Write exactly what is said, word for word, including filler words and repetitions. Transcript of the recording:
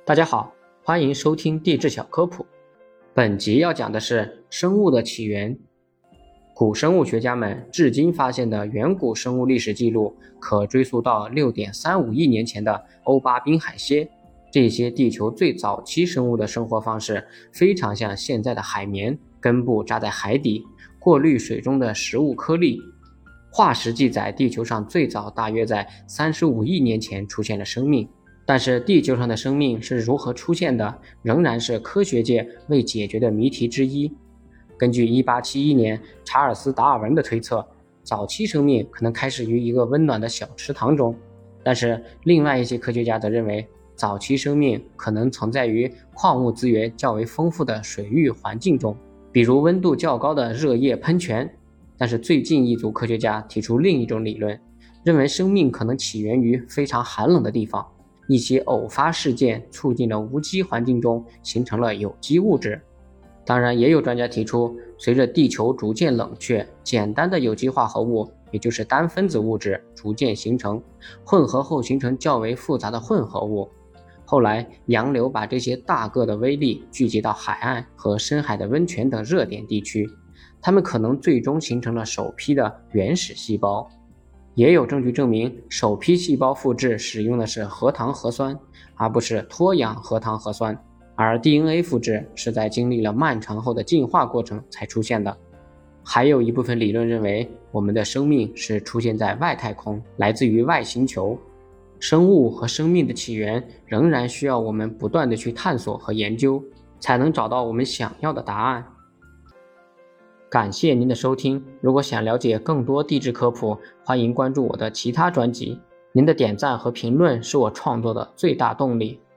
大家好，欢迎收听地质小科普。本集要讲的是生物的起源。古生物学家们至今发现的远古生物历史记录可追溯到 六点三五亿年前的欧巴滨海蝎。这些地球最早期生物的生活方式非常像现在的海绵，根部扎在海底，过滤水中的食物颗粒。化石记载地球上最早大约在三十五亿年前出现了生命，但是地球上的生命是如何出现的，仍然是科学界未解决的谜题之一。根据一八七一年查尔斯·达尔文的推测，早期生命可能开始于一个温暖的小池塘中，但是另外一些科学家则认为，早期生命可能存在于矿物资源较为丰富的水域环境中，比如温度较高的热液喷泉。但是最近一组科学家提出另一种理论，认为生命可能起源于非常寒冷的地方，一些偶发事件促进了无机环境中形成了有机物质。当然，也有专家提出，随着地球逐渐冷却，简单的有机化合物，也就是单分子物质逐渐形成，混合后形成较为复杂的混合物。后来洋流把这些大个的微粒聚集到海岸和深海的温泉等热点地区，它们可能最终形成了首批的原始细胞。也有证据证明，首批细胞复制使用的是核糖核酸，而不是脱氧核糖核酸，而 D N A 复制是在经历了漫长后的进化过程才出现的。还有一部分理论认为，我们的生命是出现在外太空，来自于外星球。生物和生命的起源仍然需要我们不断地去探索和研究，才能找到我们想要的答案。感谢您的收听，如果想了解更多地质科普，欢迎关注我的其他专辑。您的点赞和评论是我创作的最大动力。